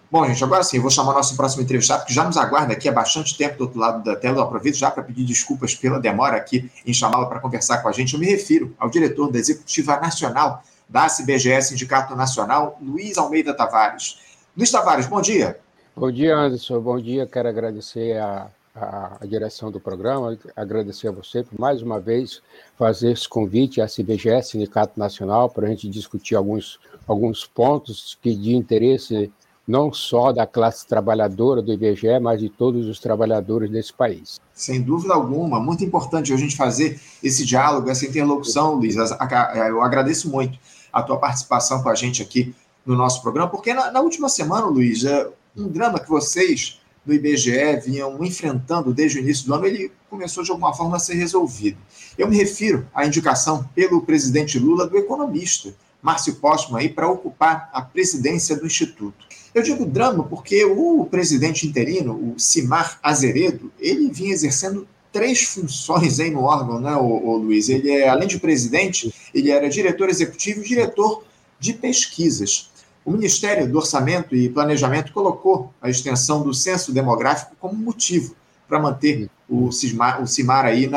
Bom, gente, agora sim, eu vou chamar nosso próximo entrevistado, que já nos aguarda aqui há bastante tempo do outro lado da tela. Eu aproveito já para pedir desculpas pela demora aqui em chamá-lo para conversar com a gente. Eu me refiro ao diretor da Executiva Nacional da CBGE, Sindicato Nacional, Luiz Almeida Tavares. Luiz Tavares, bom dia. Bom dia, Anderson. Bom dia. Quero agradecer a direção do programa, agradecer a você por mais uma vez fazer esse convite à CBGE, Sindicato Nacional, para a gente discutir alguns pontos que de interesse não só da classe trabalhadora do IBGE, mas de todos os trabalhadores desse país. Sem dúvida alguma, muito importante a gente fazer esse diálogo, essa interlocução, Luiz. Eu agradeço muito a tua participação com a gente aqui no nosso programa, porque na última semana, Luiz, um drama que vocês do IBGE vinham enfrentando desde o início do ano, ele começou de alguma forma a ser resolvido. Eu me refiro à indicação pelo presidente Lula do economista Márcio Postman para ocupar a presidência do Instituto. Eu digo drama porque o presidente interino, o Cimar Azeredo, ele vinha exercendo 3 funções aí no órgão, né, o Luiz? Ele além de presidente, ele era diretor executivo e diretor de pesquisas. O Ministério do Orçamento e Planejamento colocou a extensão do censo demográfico como motivo para manter o Cimar aí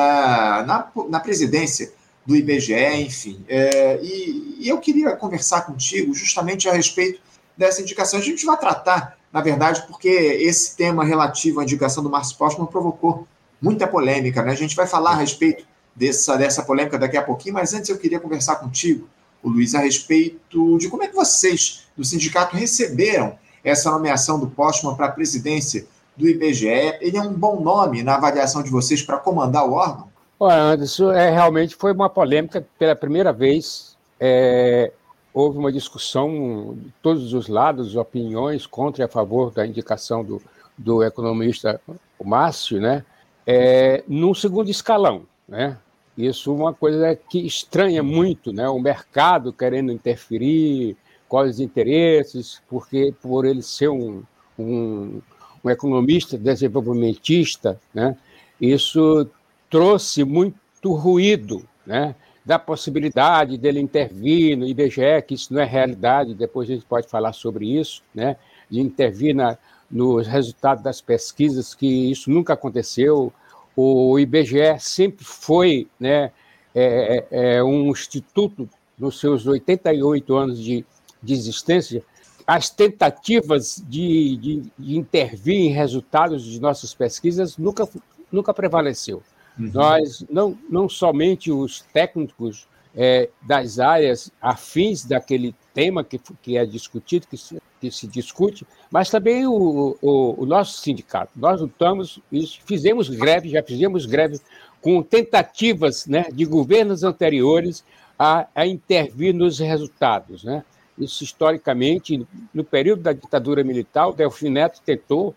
na presidência do IBGE, enfim. E eu queria conversar contigo justamente a respeito dessa indicação. A gente vai tratar, na verdade, porque esse tema relativo à indicação do Márcio Postman provocou muita polêmica, né? A gente vai falar a respeito dessa polêmica daqui a pouquinho, mas antes eu queria conversar contigo, Luiz, a respeito de como é que vocês, do sindicato, receberam essa nomeação do Postman para a presidência do IBGE. Ele é um bom nome na avaliação de vocês para comandar o órgão? Olha, Anderson, realmente foi uma polêmica. Pela primeira vez, houve uma discussão de todos os lados, opiniões contra e a favor da indicação do economista Márcio, né? Num segundo escalão, né? Isso é uma coisa que estranha muito, né? O mercado querendo interferir, quais os interesses, porque por ele ser um economista desenvolvimentista, né? Isso trouxe muito ruído, né? Da possibilidade dele intervir no IBGE, que isso não é realidade, depois a gente pode falar sobre isso, né? De intervir nos resultados das pesquisas, que isso nunca aconteceu. O IBGE sempre foi, né, um instituto, nos seus 88 anos de existência. As tentativas de intervir em resultados de nossas pesquisas nunca prevaleceu. Uhum. Nós, não somente os técnicos das áreas afins daquele tema que é discutido, que se discute, mas também o nosso sindicato. Nós lutamos isso, já fizemos greve com tentativas, né, de governos anteriores a intervir nos resultados, né? Isso, historicamente, no período da ditadura militar, o Delfim Neto tentou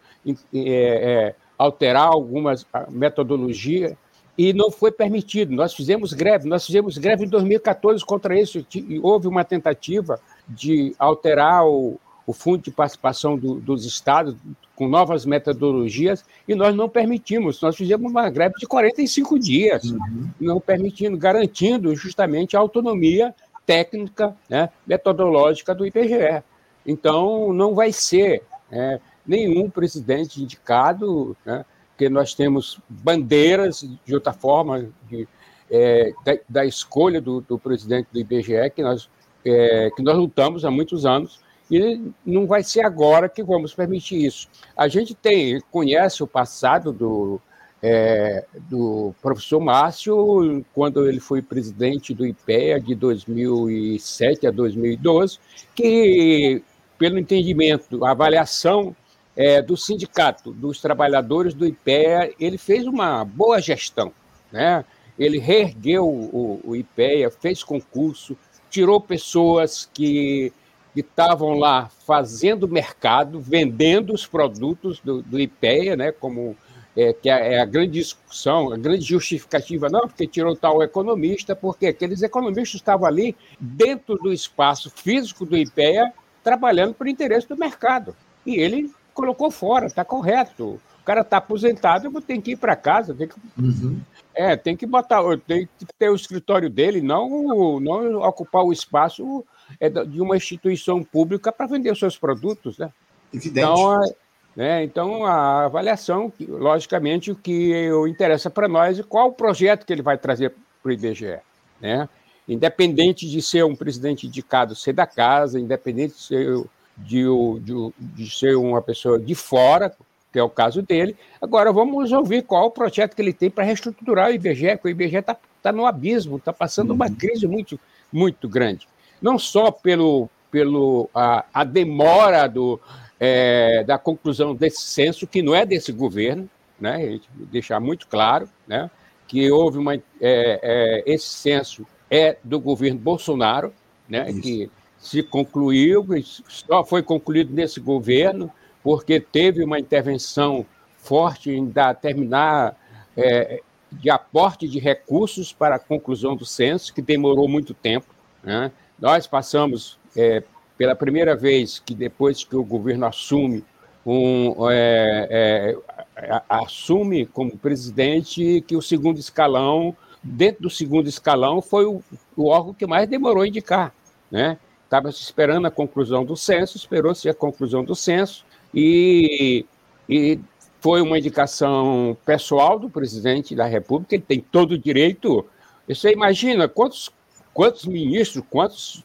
alterar algumas metodologias e não foi permitido. Nós fizemos greve em 2014 contra isso. Houve uma tentativa de alterar o fundo de participação dos estados com novas metodologias e nós não permitimos. Nós fizemos uma greve de 45 dias, não permitindo, garantindo justamente a autonomia técnica, né, metodológica do IBGE. Então, não vai ser nenhum presidente indicado, né, porque nós temos bandeiras, de outra forma, da escolha do presidente do IBGE, que nós lutamos há muitos anos, e não vai ser agora que vamos permitir isso. A gente conhece o passado do professor Márcio, quando ele foi presidente do IPEA de 2007 a 2012, que, pelo entendimento, a avaliação do sindicato, dos trabalhadores do IPEA, ele fez uma boa gestão, né? Ele reergueu o IPEA, fez concurso, tirou pessoas que estavam lá fazendo mercado, vendendo os produtos do IPEA, né? Como que é a grande discussão, a grande justificativa, não, porque tirou tal economista, porque aqueles economistas estavam ali dentro do espaço físico do IPEA, trabalhando por interesse do mercado. E ele colocou fora, está correto. O cara está aposentado, eu tenho que ir para casa, tem que ter o escritório dele, não ocupar o espaço de uma instituição pública para vender os seus produtos, né? Evidente. Então, a avaliação, logicamente, o que interessa para nós é qual o projeto que ele vai trazer para o IBGE, né? Independente de ser um presidente indicado ser da casa, independente de ser uma pessoa de fora, que é o caso dele. Agora, vamos ouvir qual o projeto que ele tem para reestruturar o IBGE, porque o IBGE está no abismo, está passando uma crise muito, muito grande. Não só a demora da conclusão desse censo, que não é desse governo, né? A gente deixar muito claro, né? Que houve esse censo é do governo Bolsonaro, né? Que se concluiu, só foi concluído nesse governo, porque teve uma intervenção forte em terminar de aporte de recursos para a conclusão do censo, que demorou muito tempo, né? Nós passamos, pela primeira vez, que depois que o governo assume assume como presidente, que o segundo escalão, dentro do segundo escalão, foi o órgão que mais demorou a indicar, né? Estava se esperando a conclusão do censo, esperou-se a conclusão do censo, e foi uma indicação pessoal do presidente da República, ele tem todo o direito. Você imagina quantos ministros, quantos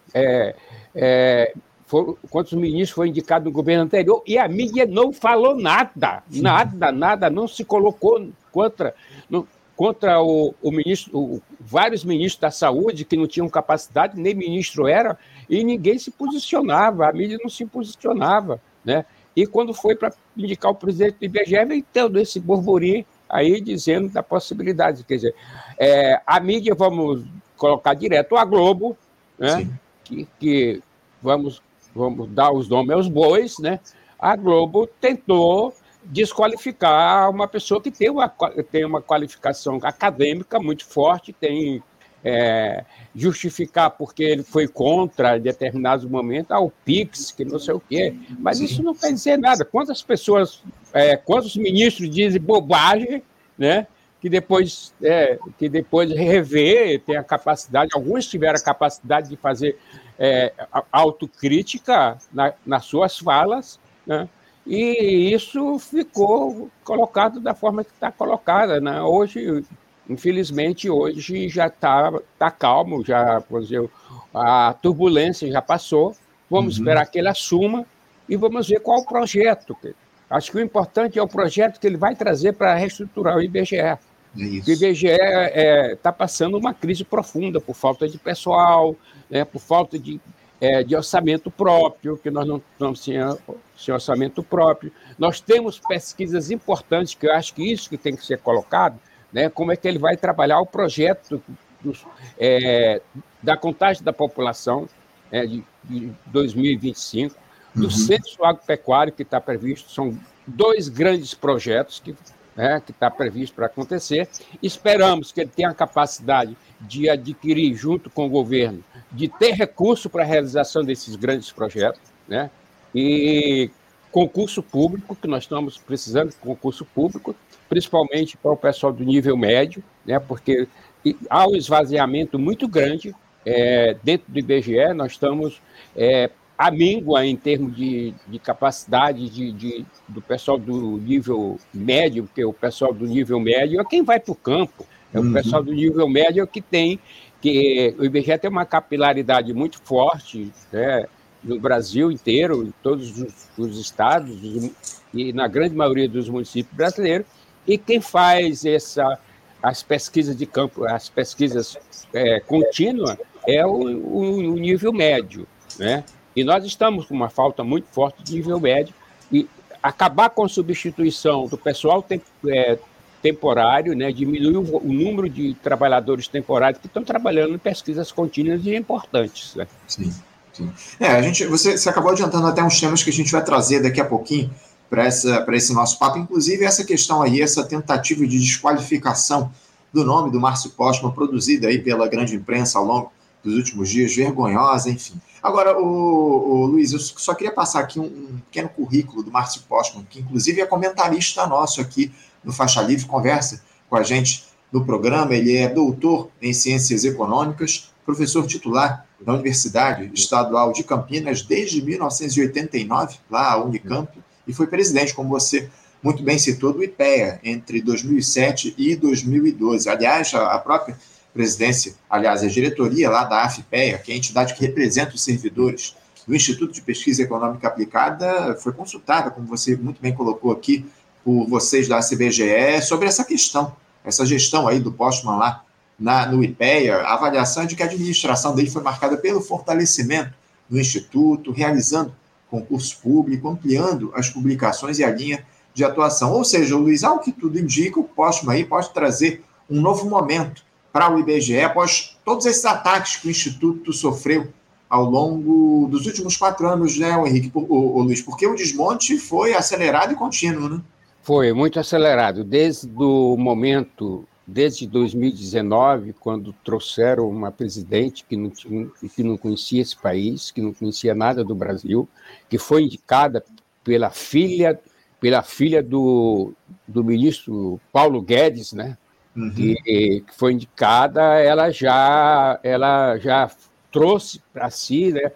ministros foram indicados no governo anterior, e a mídia não falou nada, não se colocou contra o ministro, vários ministros da saúde que não tinham capacidade, nem ministro era, e ninguém se posicionava, a mídia não se posicionava, né? E quando foi para indicar o presidente do IBGE, veio todo esse burburinho aí dizendo da possibilidade. Quer dizer, a mídia, vamos colocar direto a Globo, né? Que vamos dar os nomes aos bois, né? A Globo tentou desqualificar uma pessoa que tem uma qualificação acadêmica muito forte, tem justificar porque ele foi contra em determinados momentos, o PIX, que não sei o quê, mas isso não quer dizer nada. Quantos ministros dizem bobagem, né? que depois rever, tem a capacidade, alguns tiveram a capacidade de fazer autocrítica nas suas falas, né? E isso ficou colocado da forma que está colocada, né? Hoje, infelizmente, já está calmo, já, por exemplo, a turbulência já passou, vamos esperar que ele assuma e vamos ver qual o projeto. Acho que o importante é o projeto que ele vai trazer para reestruturar o IBGE. O IBGE está passando uma crise profunda por falta de pessoal, né, por falta de orçamento próprio, que nós não estamos sem orçamento próprio. Nós temos pesquisas importantes, que eu acho que isso que tem que ser colocado, né, como é que ele vai trabalhar o projeto da contagem da população de 2025, do censo agropecuário que está previsto. São 2 grandes projetos que está previsto para acontecer. Esperamos que ele tenha a capacidade de adquirir, junto com o governo, de ter recurso para a realização desses grandes projetos, né? E concurso público, que nós estamos precisando de concurso público, principalmente para o pessoal do nível médio, né? Porque há um esvaziamento muito grande dentro do IBGE. Nós estamos à míngua em termos de capacidade do pessoal do nível médio, porque o pessoal do nível médio é quem vai para o campo, o pessoal do nível médio que o IBGE tem uma capilaridade muito forte, né, no Brasil inteiro, em todos os estados e na grande maioria dos municípios brasileiros, e quem faz as pesquisas de campo, as pesquisas contínuas, é o nível médio, né? E nós estamos com uma falta muito forte de nível médio, e acabar com a substituição do pessoal temporário, né, diminuir o número de trabalhadores temporários que estão trabalhando em pesquisas contínuas e importantes, né? Sim, sim. Você acabou adiantando até uns temas que a gente vai trazer daqui a pouquinho para esse nosso papo, inclusive essa questão aí, essa tentativa de desqualificação do nome do Márcio Postman, produzida aí pela grande imprensa ao longo dos últimos dias, vergonhosa, enfim. Agora, o Luiz, eu só queria passar aqui um pequeno currículo do Márcio Postman, que inclusive é comentarista nosso aqui no Faixa Livre, conversa com a gente no programa. Ele é doutor em Ciências Econômicas, professor titular da Universidade Estadual de Campinas desde 1989, lá a Unicamp, e foi presidente, como você muito bem citou, do IPEA, entre 2007 e 2012. Aliás, a própria presidência, aliás, a diretoria lá da AFPEA, que é a entidade que representa os servidores do Instituto de Pesquisa Econômica Aplicada, foi consultada, como você muito bem colocou aqui, por vocês da CBGE, sobre essa questão, essa gestão aí do Postman lá no IPEA. A avaliação é de que a administração dele foi marcada pelo fortalecimento do Instituto, realizando concurso público, ampliando as publicações e a linha de atuação. Ou seja, Luiz, ao que tudo indica, o Postman aí pode trazer um novo momento para o IBGE após todos esses ataques que o Instituto sofreu ao longo dos últimos 4 anos, né, Henrique, Luiz? Porque o desmonte foi acelerado e contínuo, né? Foi muito acelerado. Desde 2019, quando trouxeram uma presidente que não conhecia esse país, que não conhecia nada do Brasil, que foi indicada pela filha do ministro Paulo Guedes, né? Uhum. Que foi indicada, ela já trouxe para si, né,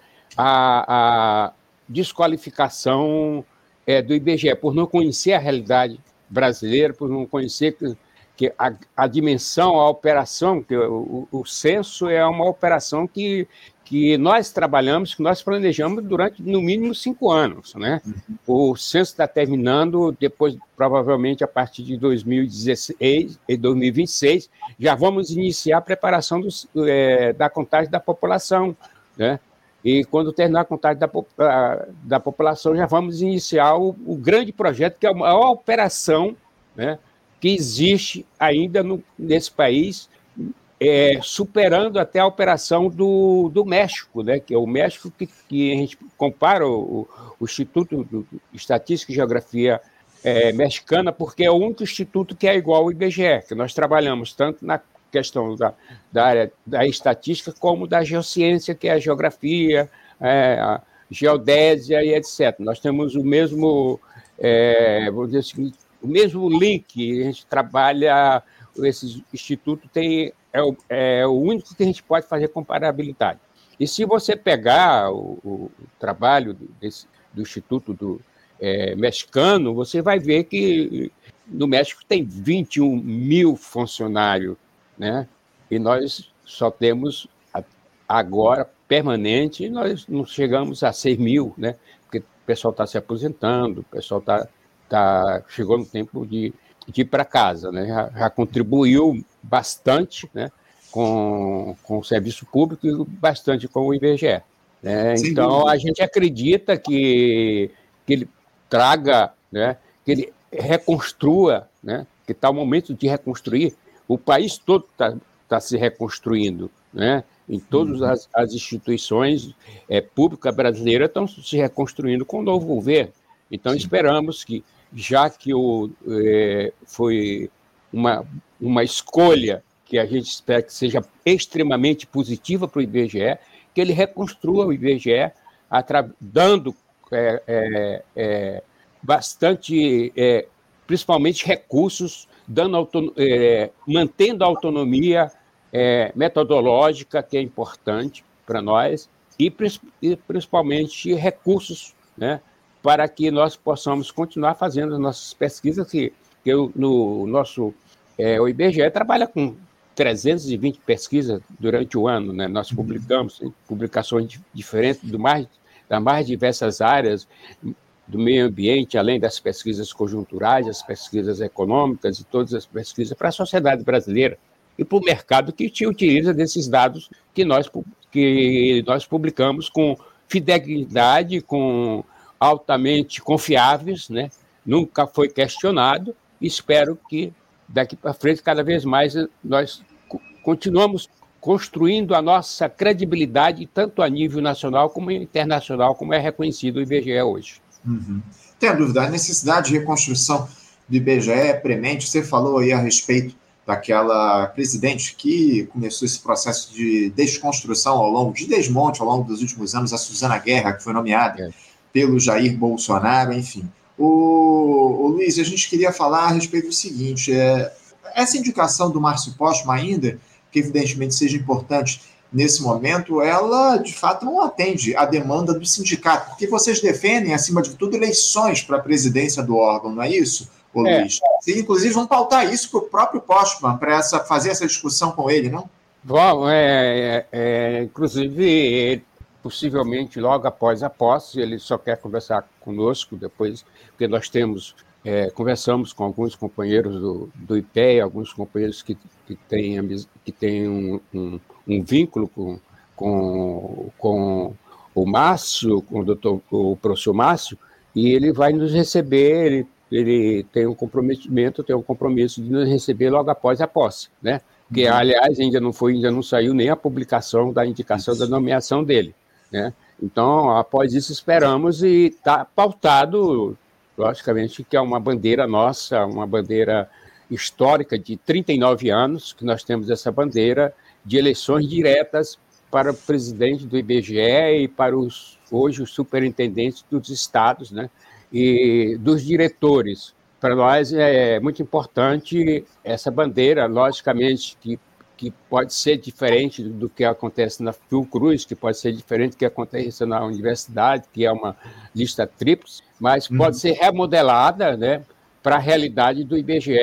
a desqualificação do IBGE, por não conhecer a realidade brasileira, por não conhecer que a dimensão, a operação, que o censo é uma operação que nós trabalhamos, que nós planejamos durante, no mínimo, 5 anos. Né? O censo está terminando, depois, provavelmente, a partir de 2016 e 2026, já vamos iniciar a preparação da contagem da população. Né? E, quando terminar a contagem da população, já vamos iniciar o grande projeto, que é a maior operação, né, que existe ainda nesse país, superando até a operação do México, né, que é o México que a gente compara o Instituto de Estatística e Geografia Mexicana, porque é o único instituto que é igual ao IBGE, que nós trabalhamos tanto na questão da área da estatística como da geociência, que é a geografia, a geodésia e etc. Nós temos o mesmo, vamos dizer assim, o mesmo link, a gente trabalha, esse instituto é o único que a gente pode fazer comparabilidade. E se você pegar o trabalho do Instituto mexicano, você vai ver que no México tem 21 mil funcionários, né? E nós só temos agora permanente, nós não chegamos a 6 mil, né? Porque o pessoal está se aposentando, o pessoal chegou no tempo de ir para casa, né? Já contribuiu bastante, né, com o serviço público e bastante com o IBGE. Né? Então, a gente acredita que ele traga, né, que ele reconstrua, né, que está o momento de reconstruir. O país todo está se reconstruindo, né? Em todas as instituições públicas brasileiras estão se reconstruindo com o novo governo. Então, esperamos que, já que foi uma escolha que a gente espera que seja extremamente positiva para o IBGE, que ele reconstrua o IBGE, dando bastante, principalmente recursos, mantendo a autonomia metodológica, que é importante para nós, e principalmente recursos, né, para que nós possamos continuar fazendo as nossas pesquisas, o IBGE trabalha com 320 pesquisas durante o ano, né? Nós publicamos publicações diferentes das mais diversas áreas do meio ambiente, além das pesquisas conjunturais, as pesquisas econômicas e todas as pesquisas para a sociedade brasileira e para o mercado que te utiliza desses dados que nós publicamos com fidelidade, com altamente confiáveis, né? Nunca foi questionado, e espero que daqui para frente, cada vez mais, nós continuamos construindo a nossa credibilidade, tanto a nível nacional como internacional, como é reconhecido o IBGE hoje. Uhum. Tem dúvida, a necessidade de reconstrução do IBGE é premente. Você falou aí a respeito daquela presidente que começou esse processo de desconstrução de desmonte ao longo dos últimos anos, a Suzana Guerra, que foi nomeada pelo Jair Bolsonaro, enfim. O Luiz, a gente queria falar a respeito do seguinte, essa indicação do Márcio Postman ainda, que evidentemente seja importante, nesse momento, ela, de fato, não atende à demanda do sindicato, porque vocês defendem, acima de tudo, eleições para a presidência do órgão, não é isso, ô Luiz? E, inclusive, vão pautar isso para o próprio Postman, para fazer essa discussão com ele, não? Bom, inclusive, possivelmente, logo após a posse, ele só quer conversar conosco depois, porque nós conversamos com alguns companheiros do IPEA, alguns companheiros que têm um vínculo com o Márcio, com o professor Márcio, e ele vai nos receber, ele tem um compromisso de nos receber logo após a posse, né? Que, aliás, ainda não saiu nem a publicação da indicação da nomeação dele, né? Então, após isso, esperamos, e está pautado, logicamente, que é uma bandeira nossa, uma bandeira histórica de 39 anos, que nós temos essa bandeira de eleições diretas para o presidente do IBGE e para hoje os superintendentes dos estados, né? E dos diretores. Para nós é muito importante essa bandeira, logicamente, que pode ser diferente do que acontece na Fiocruz, que pode ser diferente do que acontece na universidade, que é uma lista tríplice, mas pode ser remodelada, né, para a realidade do IBGE,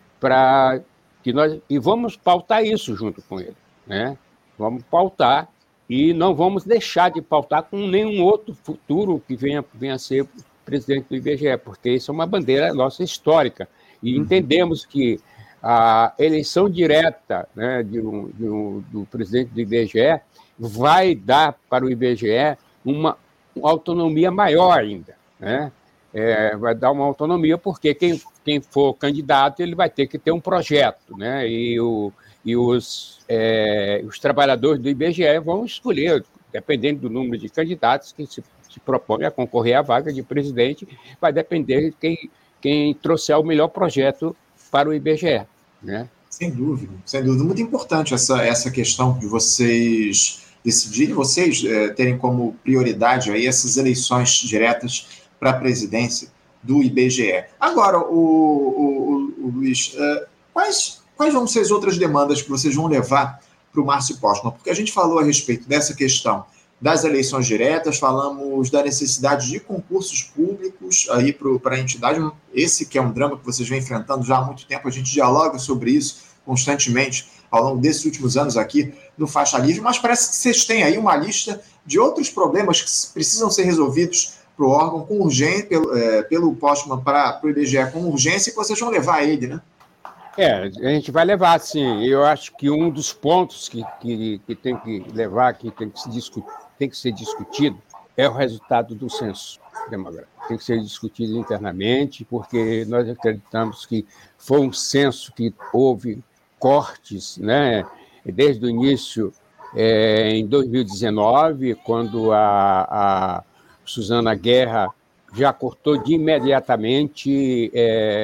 e vamos pautar isso junto com ele, né? Vamos pautar e não vamos deixar de pautar com nenhum outro futuro que venha a ser presidente do IBGE, porque isso é uma bandeira nossa histórica, e entendemos que a eleição direta, né, do presidente do IBGE vai dar para o IBGE uma autonomia maior ainda, né? Vai dar uma autonomia, porque quem for candidato ele vai ter que ter um projeto, né? E os trabalhadores do IBGE vão escolher, dependendo do número de candidatos que se propõe a concorrer à vaga de presidente, vai depender de quem trouxer o melhor projeto para o IBGE, né? Sem dúvida. Muito importante essa questão de vocês decidirem, terem como prioridade aí essas eleições diretas para a presidência do IBGE. Agora, o Luiz, quais vão ser as outras demandas que vocês vão levar para o Márcio Postman? Porque a gente falou a respeito dessa questão das eleições diretas, falamos da necessidade de concursos públicos aí para a entidade, esse que é um drama que vocês vêm enfrentando já há muito tempo, a gente dialoga sobre isso constantemente ao longo desses últimos anos aqui no Faixa Livre, mas parece que vocês têm aí uma lista de outros problemas que precisam ser resolvidos para o órgão com urgência, pelo Postman para o IBGE com urgência, e que vocês vão levar a ele, né? A gente vai levar, sim. Eu acho que um dos pontos que tem que levar, que tem que ser discutido, é o resultado do censo demográfico. Tem que ser discutido internamente, porque nós acreditamos que foi um censo que houve cortes, né? Desde o início, em 2019, quando a Suzana Guerra já cortou de imediatamente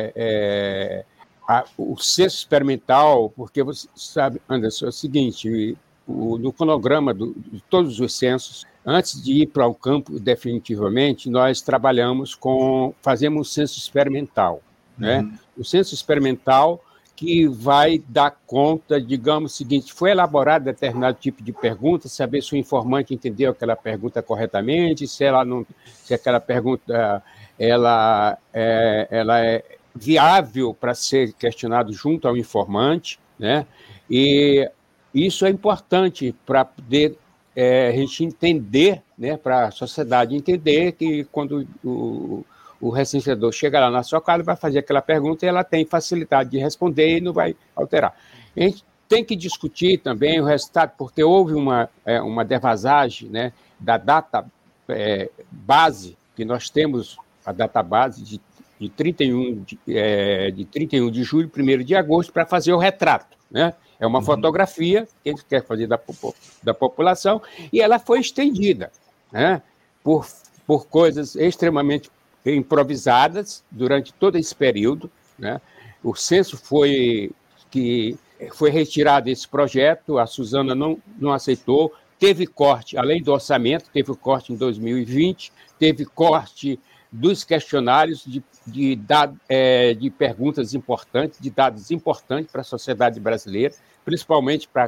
o censo experimental, porque você sabe, Anderson, é o seguinte: no cronograma de todos os censos, antes de ir para o campo definitivamente, nós fazemos um censo experimental, né? O censo experimental que vai dar conta, digamos o seguinte: foi elaborado determinado tipo de pergunta, saber se o informante entendeu aquela pergunta corretamente, se aquela pergunta ela é viável para ser questionado junto ao informante, né? E isso é importante para poder a gente entender, né, para a sociedade entender que quando o recenseador chega lá na sua casa, vai fazer aquela pergunta e ela tem facilidade de responder e não vai alterar. A gente tem que discutir também o resultado, porque houve uma defasagem, né, da data base, que nós temos a data base de 31 de julho, 1º de agosto, para fazer o retrato, né? É uma fotografia que a gente quer fazer da população, e ela foi estendida, né, por coisas extremamente improvisadas durante todo esse período, né? O censo foi retirado desse projeto, a Suzana não aceitou, teve corte, além do orçamento, teve corte em 2020, teve corte dos questionários de perguntas importantes, de dados importantes para a sociedade brasileira, principalmente para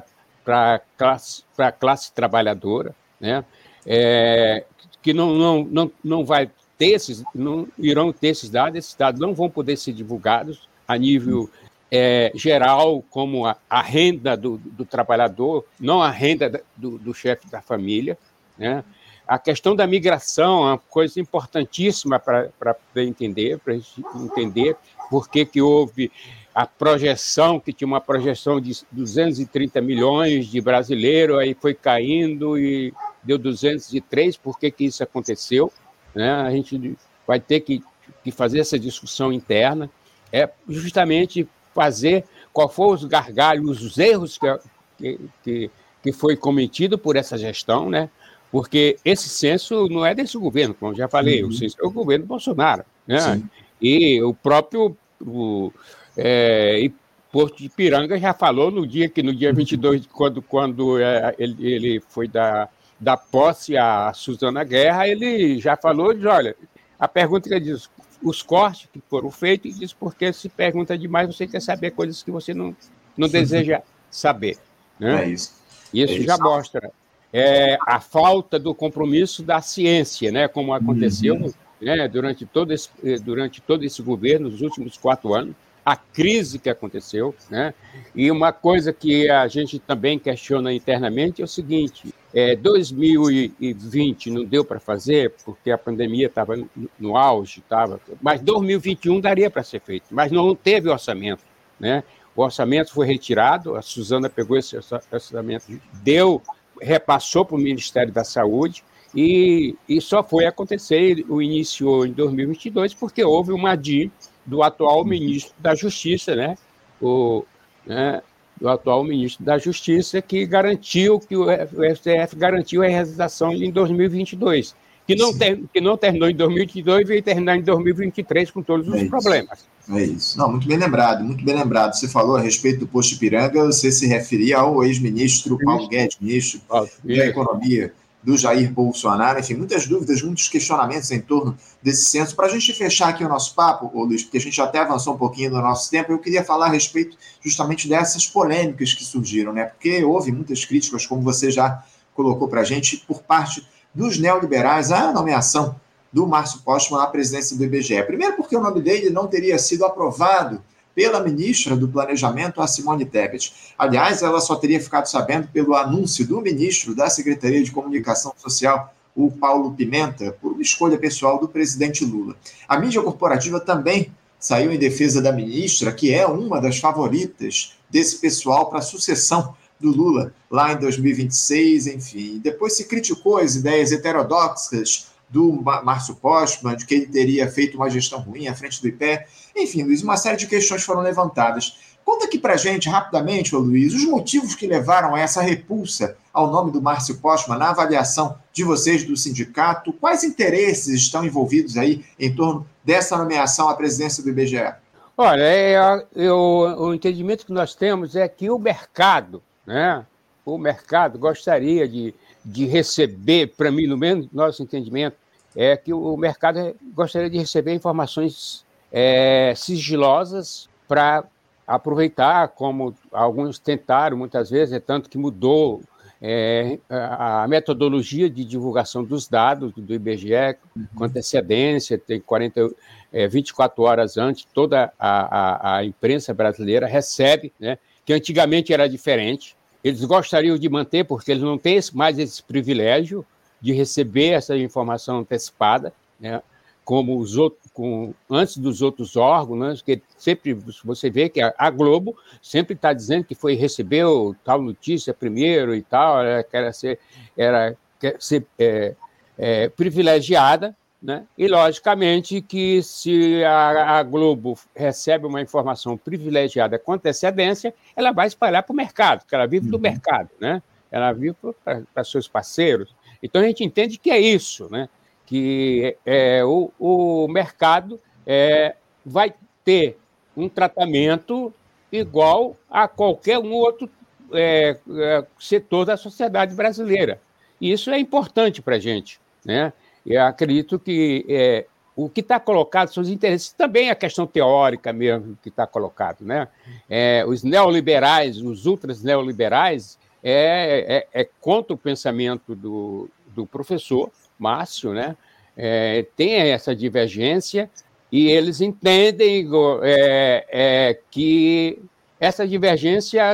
para a classe trabalhadora, né? Que não vai ter não irão ter esses dados não vão poder ser divulgados a nível geral, como a renda do trabalhador, não a renda do chefe da família, né? A questão da migração é uma coisa importantíssima para entender, para a gente entender por que houve a projeção, que tinha uma projeção de 230 milhões de brasileiros, aí foi caindo e deu 203, por que isso aconteceu, né? A gente vai ter que fazer essa discussão interna, justamente fazer qual foram os gargalos, os erros que foi cometido por essa gestão, né? Porque esse censo não é desse governo, como eu já falei, o censo é o governo Bolsonaro, né? Sim. E o próprio Porto de Piranga já falou no dia 22, quando ele foi dar posse a Suzana Guerra, ele já falou, olha, a pergunta que ele diz, os cortes que foram feitos, e diz porque se pergunta demais, você quer saber coisas que você não deseja saber, né? Isso já mostra a falta do compromisso da ciência, né? Como aconteceu, né? Durante todo esse governo, nos últimos 4 anos, a crise que aconteceu, né? E uma coisa que a gente também questiona internamente é o seguinte: 2020 não deu para fazer, porque a pandemia estava no auge, mas 2021 daria para ser feito, mas não teve orçamento, né? O orçamento foi retirado, a Suzana pegou esse orçamento, repassou para o Ministério da Saúde, e só foi acontecer, iniciou em 2022, porque houve uma ADI do atual ministro da Justiça, né? Do atual ministro da Justiça, que garantiu, que o STF garantiu a realização em 2022, que não terminou em 2022 e veio terminar em 2023 com todos os problemas. É isso. Não, muito bem lembrado, muito bem lembrado. Você falou a respeito do posto Ipiranga, você se referia ao ex-ministro Paulo Guedes, ministro da Economia do Jair Bolsonaro. Enfim, muitas dúvidas, muitos questionamentos em torno desse censo. Para a gente fechar aqui o nosso papo, Luiz, porque a gente até avançou um pouquinho no nosso tempo, eu queria falar a respeito justamente dessas polêmicas que surgiram, né? Porque houve muitas críticas, como você já colocou para a gente, por parte dos neoliberais à nomeação do Márcio Postman à presidência do IBGE. Primeiro porque o nome dele não teria sido aprovado pela ministra do Planejamento, a Simone Tebet. Aliás, ela só teria ficado sabendo pelo anúncio do ministro da Secretaria de Comunicação Social, o Paulo Pimenta, por uma escolha pessoal do presidente Lula. A mídia corporativa também saiu em defesa da ministra, que é uma das favoritas desse pessoal para a sucessão do Lula lá em 2026, enfim. Depois se criticou as ideias heterodoxas do Márcio Postman, de que ele teria feito uma gestão ruim à frente do IPE. Enfim, Luiz, uma série de questões foram levantadas. Conta aqui para a gente, rapidamente, Luiz, os motivos que levaram a essa repulsa ao nome do Márcio Postman na avaliação de vocês do sindicato. Quais interesses estão envolvidos aí em torno dessa nomeação à presidência do IBGE? Olha, o entendimento que nós temos é que o mercado, né? O mercado gostaria de receber, para mim, no menos nosso entendimento, é que o mercado gostaria de receber informações sigilosas para aproveitar, como alguns tentaram muitas vezes, é tanto que mudou a metodologia de divulgação dos dados do IBGE com antecedência, tem 24 horas antes, toda a imprensa brasileira recebe, né, que antigamente era diferente. Eles gostariam de manter, porque eles não têm mais esse privilégio de receber essa informação antecipada, né, como antes dos outros órgãos, né, que sempre você vê que a Globo sempre está dizendo que recebeu tal notícia primeiro e tal, quer ser privilegiada, né? E, logicamente, que se a Globo recebe uma informação privilegiada com antecedência, ela vai espalhar para o mercado, porque ela vive do mercado, né? Ela vive para seus parceiros. Então, a gente entende que é isso, né? Que o mercado vai ter um tratamento igual a qualquer um outro setor da sociedade brasileira. E isso é importante para a gente, né? Eu acredito que o que está colocado são os interesses, também a questão teórica mesmo que está colocado, né? Os neoliberais, os ultras neoliberais, é contra o pensamento do professor Márcio, né? Tem essa divergência e eles entendem que essa divergência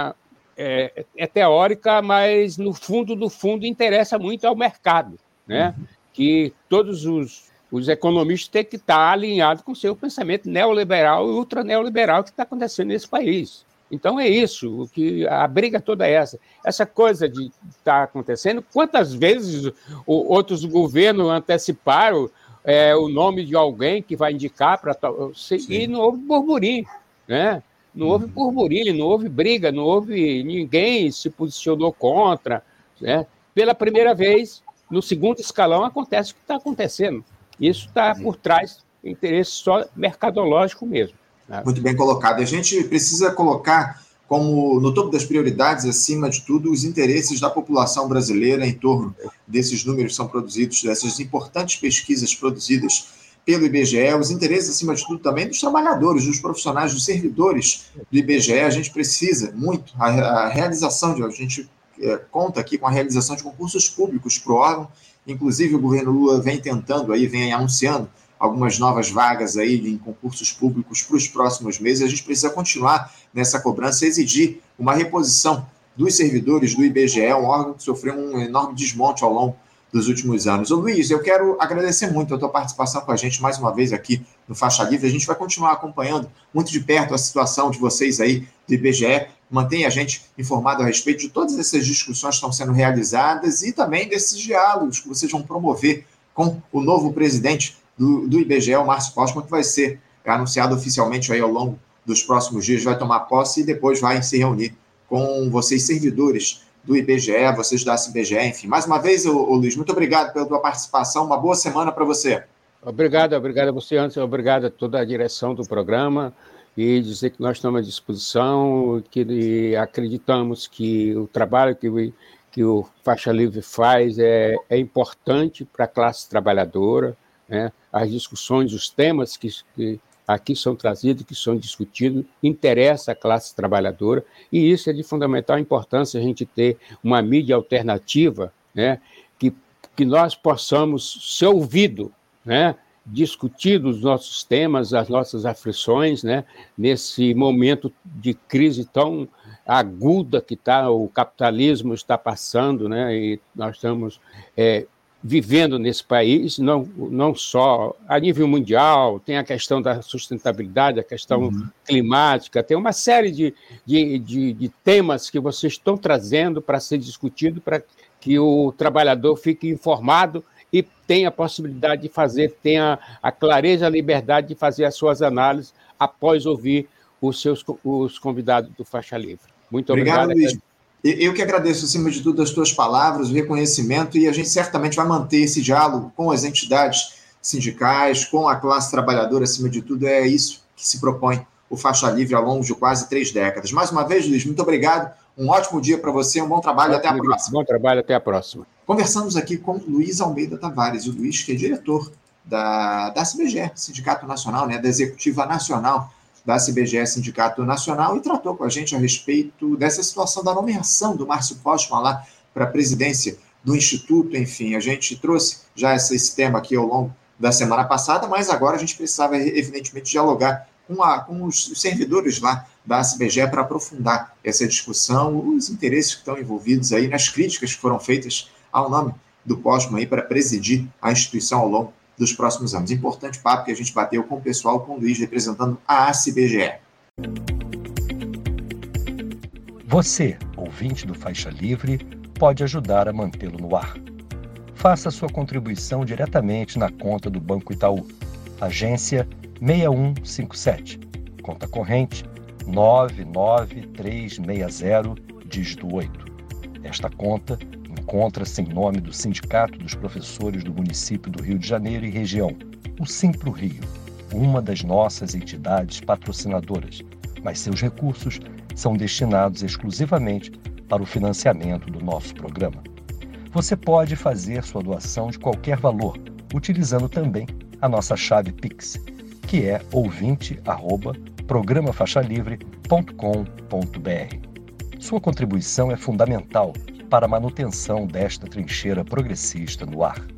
é teórica, mas no fundo do fundo interessa muito ao mercado, né? Que todos os economistas têm que estar alinhados com o seu pensamento neoliberal e ultraneoliberal que está acontecendo nesse país. Então é isso, a briga toda é essa coisa de estar acontecendo. Quantas vezes outros governos anteciparam o nome de alguém que vai indicar para e não houve burburinho, né? Não houve burburinho, não houve briga, não houve ninguém se posicionou contra, né? Pela primeira vez, no segundo escalão, acontece o que está acontecendo. Isso está por trás do interesse só mercadológico mesmo. Muito bem colocado. A gente precisa colocar como no topo das prioridades, acima de tudo, os interesses da população brasileira em torno desses números que são produzidos, dessas importantes pesquisas produzidas pelo IBGE, os interesses, acima de tudo, também dos trabalhadores, dos profissionais, dos servidores do IBGE. A gente precisa muito, a realização a gente conta aqui com a realização de concursos públicos para o órgão, inclusive o governo Lula vem tentando, vem anunciando algumas novas vagas aí em concursos públicos para os próximos meses. A gente precisa continuar nessa cobrança, exigir uma reposição dos servidores do IBGE, um órgão que sofreu um enorme desmonte ao longo dos últimos anos. Ô Luiz, eu quero agradecer muito a tua participação com a gente mais uma vez aqui no Faixa Livre. A gente vai continuar acompanhando muito de perto a situação de vocês aí do IBGE. Mantenha a gente informado a respeito de todas essas discussões que estão sendo realizadas e também desses diálogos que vocês vão promover com o novo presidente do IBGE, o Márcio Postman, que vai ser anunciado oficialmente aí ao longo dos próximos dias, vai tomar posse e depois vai se reunir com vocês, servidores do IBGE, vocês da CBGE, enfim. Mais uma vez, Luiz, muito obrigado pela tua participação, uma boa semana para você. Obrigado a você, Anderson, obrigado a toda a direção do programa e dizer que nós estamos à disposição, que acreditamos que o trabalho que o Faixa Livre faz é importante para a classe trabalhadora, né? As discussões, os temas que aqui são trazidos, que são discutidos, interessa a classe trabalhadora, e isso é de fundamental importância a gente ter uma mídia alternativa, né? Que nós possamos ser ouvidos, né? Discutir os nossos temas, as nossas aflições, né? Nesse momento de crise tão aguda que o capitalismo está passando, né? E nós estamos vivendo nesse país, não só a nível mundial, tem a questão da sustentabilidade, a questão climática, tem uma série de temas que vocês estão trazendo para ser discutido, para que o trabalhador fique informado e tenha a possibilidade de fazer, tenha a clareza, a liberdade de fazer as suas análises após ouvir os convidados do Faixa Livre. Muito obrigado. Luiz. Eu que agradeço, acima de tudo, as tuas palavras, o reconhecimento, e a gente certamente vai manter esse diálogo com as entidades sindicais, com a classe trabalhadora, acima de tudo. É isso que se propõe o Faixa Livre ao longo de quase 3 décadas. Mais uma vez, Luiz, muito obrigado, um ótimo dia para você, um bom trabalho, até a próxima. Bom trabalho, até a próxima. Conversamos aqui com Luiz Almeida Tavares, o Luiz, que é diretor da CBGE, Sindicato Nacional, né, da Executiva Nacional da CBGE, Sindicato Nacional, e tratou com a gente a respeito dessa situação da nomeação do Márcio Postman lá para a presidência do Instituto. Enfim, a gente trouxe já esse tema aqui ao longo da semana passada, mas agora a gente precisava, evidentemente, dialogar com os servidores lá da CBGE para aprofundar essa discussão, os interesses que estão envolvidos aí nas críticas que foram feitas ao nome do Postman aí para presidir a instituição ao longo dos próximos anos. Importante papo que a gente bateu com o pessoal, com o Luiz representando a CBGE. Você, ouvinte do Faixa Livre, pode ajudar a mantê-lo no ar. Faça sua contribuição diretamente na conta do Banco Itaú, agência 6157, conta corrente 99360, dígito 8. Esta conta encontra-se em nome do Sindicato dos Professores do Município do Rio de Janeiro e região, o Simpro Rio, uma das nossas entidades patrocinadoras, mas seus recursos são destinados exclusivamente para o financiamento do nosso programa. Você pode fazer sua doação de qualquer valor, utilizando também a nossa chave Pix, que é ouvinte@programafaixalivre.com.br. Sua contribuição é fundamental para a manutenção desta trincheira progressista no ar.